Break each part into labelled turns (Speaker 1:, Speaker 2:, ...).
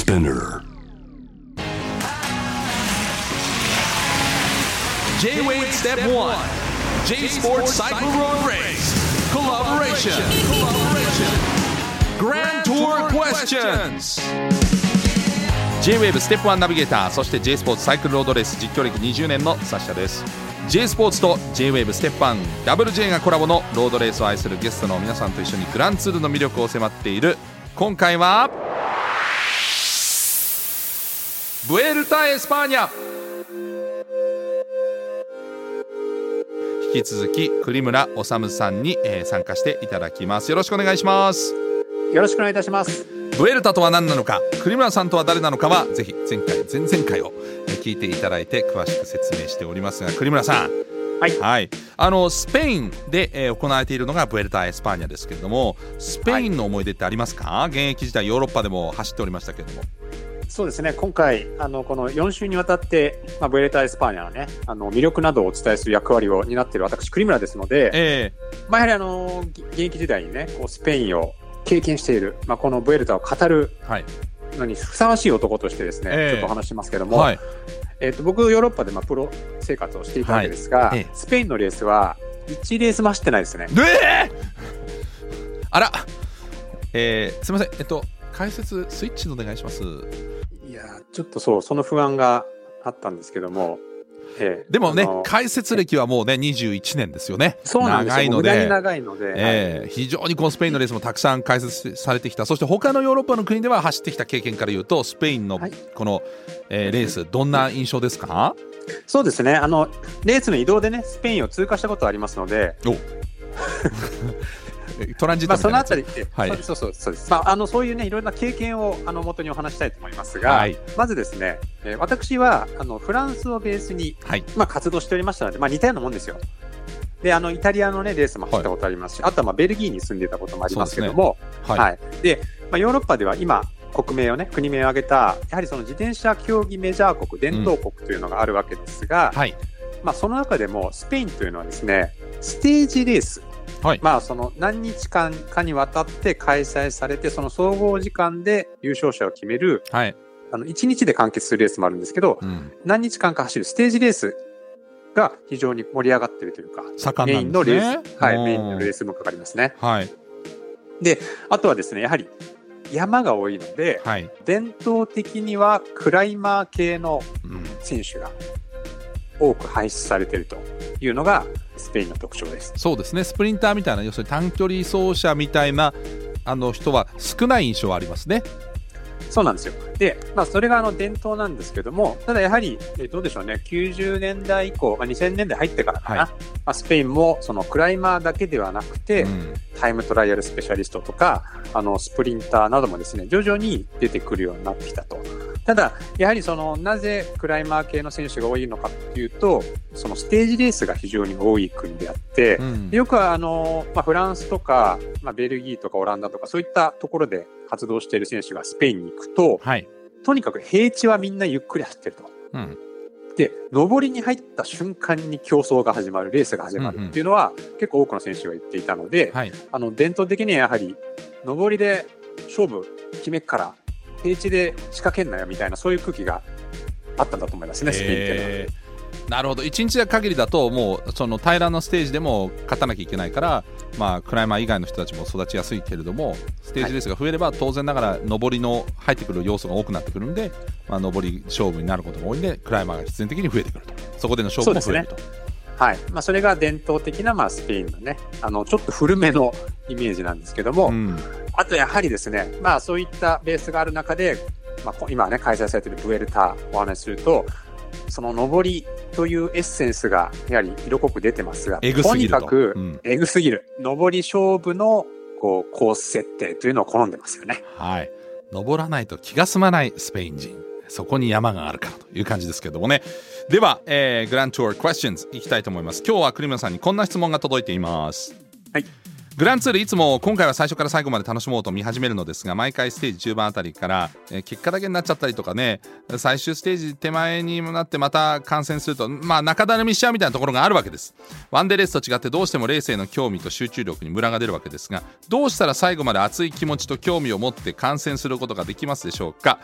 Speaker 1: Spinner
Speaker 2: J-Wade Step 1 J Sports Cycle Road Race Collaboration Grand Tour Questions J-Wave ステップ1ナビゲーター、そして J スポーツサイクルロードレース実況歴20年のサッシャです。 J スポーツと J-Wave ステップ1 WJ がコラボのロードレースを愛するゲストの皆さんと一緒にグランツールの魅力を迫っている。今回はブエルタ・エスパーニャ。引き続き栗村修さんに、参加していただきます。よろしくお願いします。
Speaker 3: よろしくお願いいたします。
Speaker 2: ブエルタとは何なのか、栗村さんとは誰なのかはぜひ前回前々回を聞いていただいて詳しく説明しておりますが、栗村さん、はい、スペインで、行われているのがブエルタ・エスパーニャですけれども、スペインの思い出ってありますか？現役時代ヨーロッパでも走っておりましたけれども。
Speaker 3: そうですね、今回この4週にわたって、ブエルタ・エスパーニャのね、魅力などをお伝えする役割を担っている私栗村ですので、やはり現役時代にね、こうスペインを経験している、このブエルタを語るのにふさわしい男としてですね、ちょっとお話しますけども、僕ヨーロッパでプロ生活をしていたわけですが、スペインのレースは1レースも走ってないですね。
Speaker 2: あら、すみません、解説スイッチでお願いします。
Speaker 3: いやちょっとその不安があったんですけども、
Speaker 2: でもね、解説歴はもうね21年ですよね。
Speaker 3: そうなんですよ。
Speaker 2: 長いので、
Speaker 3: 無駄に長いので、
Speaker 2: 非常にこのスペインのレースもたくさん解説されてきた。そして他のヨーロッパの国では走ってきた経験から言うと、スペインのこの、レースどんな印象ですか？
Speaker 3: そうですね、レースの移動でねスペインを通過したことはありますので
Speaker 2: トランジットみたいなやつ、
Speaker 3: そのあたり、そうです、そういうねいろんな経験を元にお話したいと思いますが、まずですね、私はフランスをベースに、活動しておりましたので、似たようなもんですよ。でイタリアの、ね、レースも走ったことありますし、あとはベルギーに住んでいたこともありますけども、でヨーロッパでは今国名をね国名を挙げたやはりその自転車競技メジャー国伝統国というのがあるわけですが、その中でもスペインというのはですね、ステージレース、その何日間かにわたって開催されて、その総合時間で優勝者を決める、1日で完結するレースもあるんですけど、何日間か走るステージレースが非常に盛り上がっているというか、
Speaker 2: 盛んなんですね。
Speaker 3: メインのレースもかかりますね。であとはですね、やはり山が多いので、伝統的にはクライマー系の選手が多く輩出されているというのがスペインの特徴です。
Speaker 2: そうですね、スプリンターみたいな、要するに短距離走者みたいな人は少ない印象はありますね。
Speaker 3: そうなんですよ。で、それが伝統なんですけども、ただやはり、どうでしょうね、90年代以降、2000年代入ってからかな、スペインもそのクライマーだけではなくて、タイムトライアルスペシャリストとかスプリンターなどもですね、徐々に出てくるようになってきたと。ただやはりなぜクライマー系の選手が多いのかというと、そのステージレースが非常に多い国であって、よくはフランスとか、ベルギーとかオランダとかそういったところで活動している選手がスペインに行くと、とにかく平地はみんなゆっくり走ってると、で上りに入った瞬間に競争が始まる、レースが始まるっていうのは、結構多くの選手が言っていたので、伝統的にはやはり上りで勝負決めっから平地で仕掛けんなよみたいな、そういう空気があったんだと思いますね、スペインっていうのは。
Speaker 2: なるほど。1日限りだともうその平らなステージでも勝たなきゃいけないから、クライマー以外の人たちも育ちやすいけれども、ステージレースが増えれば当然ながら上りの入ってくる要素が多くなってくるんで、上り勝負になることが多いんで、クライマーが必然的に増えてくると、そこでの勝負も増えると。
Speaker 3: それが伝統的な、スペインのね、ちょっと古めのイメージなんですけども、あとやはりですね、そういったベースがある中で、今はね開催されているブエルタお話しすると、その上りというエッセンスがやはり色濃く出てますが、とにかくエグすぎる、上り勝負のコース設定というのを好んでますよね。
Speaker 2: 上らないと気が済まないスペイン人、そこに山があるからという感じですけどもね。では、グランツール Questions いきたいと思います。今日は栗村さんにこんな質問が届いています。グランツールいつも今回は最初から最後まで楽しもうと見始めるのですが、毎回ステージ中盤あたりから、結果だけになっちゃったりとかね、最終ステージ手前になってまた観戦すると中だるみしちゃうみたいなところがあるわけです。ワンデーレースと違ってどうしてもレースへの興味と集中力にムラが出るわけですが、どうしたら最後まで熱い気持ちと興味を持って観戦することができますでしょうか。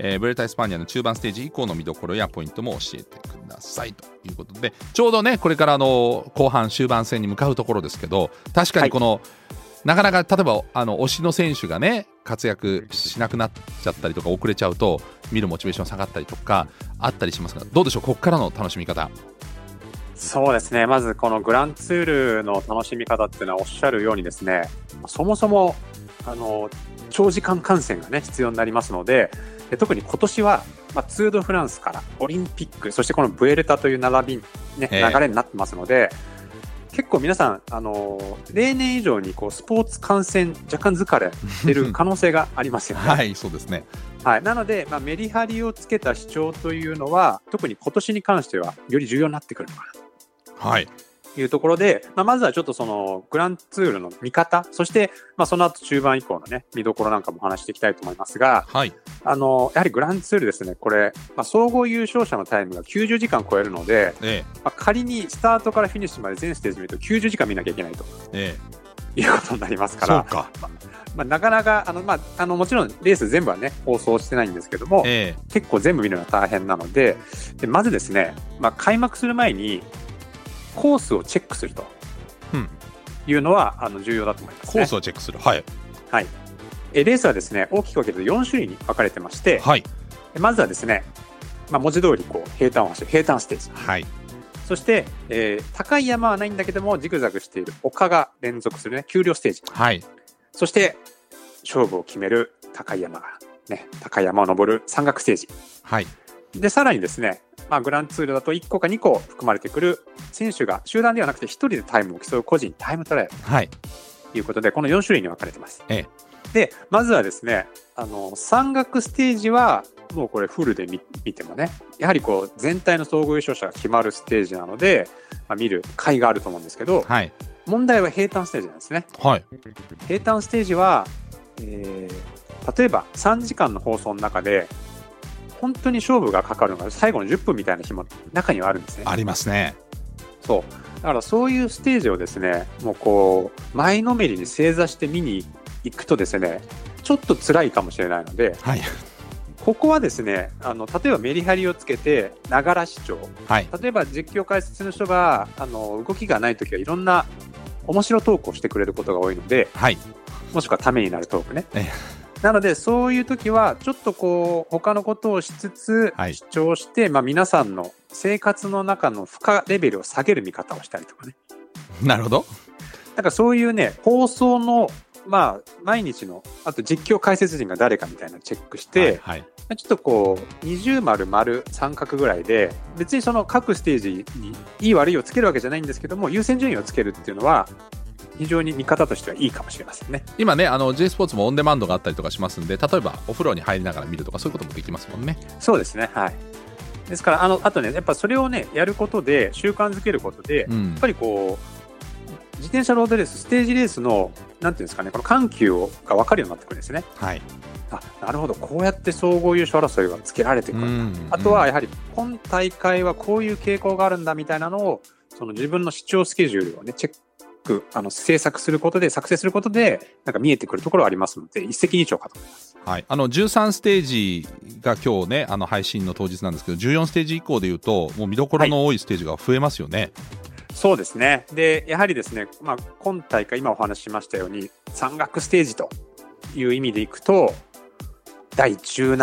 Speaker 2: ブエルタ・エスパーニャの中盤ステージ以降の見どころやポイントも教えてくださいということで、ちょうどねこれから後半終盤戦に向かうところですけど、確かにこの、なかなか例えば推しの選手がね活躍しなくなっちゃったりとか遅れちゃうと見るモチベーション下がったりとかあったりしますが、どうでしょう、ここからの楽しみ方。
Speaker 3: そうですね、まずこのグランツールの楽しみ方っていうのはおっしゃるようにですね、そもそも長時間観戦がね必要になりますので、特に今年は、ツードフランスからオリンピック、そしてこのブエルタという並び、流れになってますので、結構皆さん例年以上にこうスポーツ観戦若干疲れしてる可能性がありますよね。
Speaker 2: はい、そうですね。
Speaker 3: はい、なので、メリハリをつけた視聴というのは特に今年に関してはより重要になってくるのかな、
Speaker 2: はい、
Speaker 3: というところで、まずはちょっとそのグランツールの見方、そして、その後中盤以降のね見どころなんかもお話していきたいと思いますが、
Speaker 2: はい、
Speaker 3: やはりグランツールですね、これ、総合優勝者のタイムが90時間超えるので、仮にスタートからフィニッシュまで全ステージ見ると90時間見なきゃいけないと、いうことになりますから、
Speaker 2: そうか、
Speaker 3: なかなかもちろんレース全部はね放送してないんですけども、結構全部見るのは大変なので、まずですね、開幕する前にコースをチェックするというのは、重要だと思いますね。
Speaker 2: コースをチェックする、はい、
Speaker 3: はい、レースはですね大きく分けると4種類に分かれてまして、
Speaker 2: はい、
Speaker 3: まずはですね、文字通りこう平坦を走る平坦ステージ、
Speaker 2: はい、
Speaker 3: そして、高い山はないんだけどもジグザグしている丘が連続するね丘陵ステージ、
Speaker 2: はい、
Speaker 3: そして勝負を決める高い山が、高い山を登る山岳ステージ、
Speaker 2: はい、
Speaker 3: でさらにですね、グランツールだと1個か2個含まれてくる選手が集団ではなくて1人でタイムを競う個人タイムトライアル、
Speaker 2: はい、
Speaker 3: ということでこの4種類に分かれてます。でまずはですね山岳ステージはもうこれフルで 見てもねやはりこう全体の総合優勝者が決まるステージなので、見る甲斐があると思うんですけど、
Speaker 2: はい、
Speaker 3: 問題は平坦ステージなんですね。
Speaker 2: はい、
Speaker 3: 平坦ステージは、例えば3時間の放送の中で本当に勝負がかかるのが最後の10分みたいな日も中にはあるんですね。
Speaker 2: ありますね。
Speaker 3: そうだからそういうステージをですねもうこう前のめりに正座して見に行くとですねちょっと辛いかもしれないので、
Speaker 2: はい、
Speaker 3: ここはですね例えばメリハリをつけてながら視聴、
Speaker 2: はい、例
Speaker 3: えば実況解説の人が動きがないときはいろんな面白トークをしてくれることが多いので、
Speaker 2: はい、
Speaker 3: もしくはためになるトークね、なのでそういう時はちょっとこう他のことをしつつ視聴して、皆さんの生活の中の負荷レベルを下げる見方をしたりとかね。
Speaker 2: なるほど。
Speaker 3: なんかそういうね放送の毎日のあと実況解説陣が誰かみたいなのをチェックして、
Speaker 2: はいはい、
Speaker 3: ちょっとこう二重丸丸三角ぐらいで別にその各ステージにいい悪いをつけるわけじゃないんですけども優先順位をつけるっていうのは非常に見方としてはいいかもしれませんね。
Speaker 2: 今ねJ スポーツもオンデマンドがあったりとかしますんで、例えばお風呂に入りながら見るとかそういうこともできますもんね。
Speaker 3: そうですね、はい。ですからあとねやっぱそれをねやることで習慣づけることで、やっぱりこう自転車ロードレースステージレースのなんていうんですかねこの緩急が分かるようになってくるんですね。
Speaker 2: はい、
Speaker 3: なるほどこうやって総合優勝争いがつけられてくるんだ、あとはやはり今大会はこういう傾向があるんだみたいなのをその自分の視聴スケジュールをねチェック制作することで作成することでなんか見えてくるところがありますので一石二鳥かと思います。
Speaker 2: はい、13ステージが今日ね配信の当日なんですけど14ステージ以降でいうともう見どころの多いステージが増えますよね。はい、
Speaker 3: そうですね。でやはりですね、今大会今お話ししましたように山岳ステージという意味でいくと第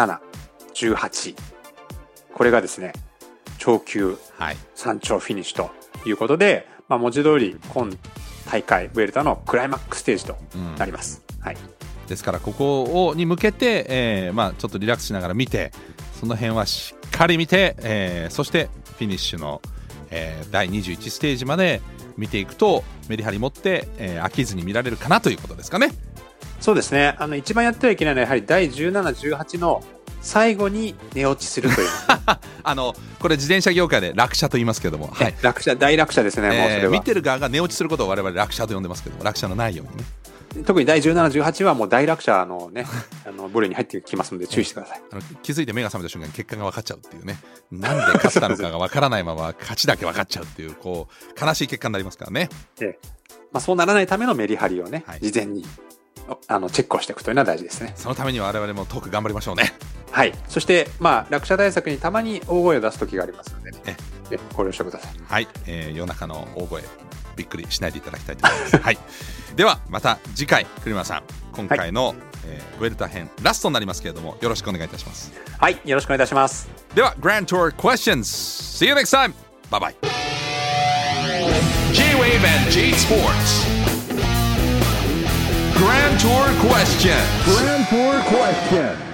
Speaker 3: 17、18これがですね長級山頂フィニッシュということで、文字通り今大会ブエルタのクライマックスステージとなります。はい、です
Speaker 2: からここに向けて、ちょっとリラックスしながら見てその辺はしっかり見て、そしてフィニッシュの、第21ステージまで見ていくとメリハリ持って、飽きずに見られるかなということですかね。
Speaker 3: そうですね。一番やってはいけないのはやはり第17、18の最後に寝落ちするという
Speaker 2: これ自転車業界で落車と言いますけども、はい、
Speaker 3: 大落車ですね。もうそれは
Speaker 2: 見てる側が寝落ちすることを我々落車と呼んでますけども落車のないようにね。
Speaker 3: 特に第17、18はもう大落車のね部類に入ってきますので注意してください。
Speaker 2: 気づいて目が覚めた瞬間に結果が分かっちゃうっていうね、なんで勝ったのかが分からないまま勝ちだけ分かっちゃうっていうこう悲しい結果になりますからね。
Speaker 3: そうならないためのメリハリをね、事前にチェックをしていくというのは大事ですね。
Speaker 2: そのためには我々もトーク頑張りましょうね。
Speaker 3: はい。そして、落車対策にたまに大声を出す時がありますので、ね、ご了承ください。
Speaker 2: はい、夜中の大声びっくりしないでいただきたいと思います。はい。ではまた次回、栗村さん、今回の、ウェルタ編ラストになりますけれども、よろしくお願いいたします。
Speaker 3: はい、よろしくお願いいたします。
Speaker 2: では Grand Tour Questions See you next time. Bye bye. J-Wave and J Sports Grand Tour Questions.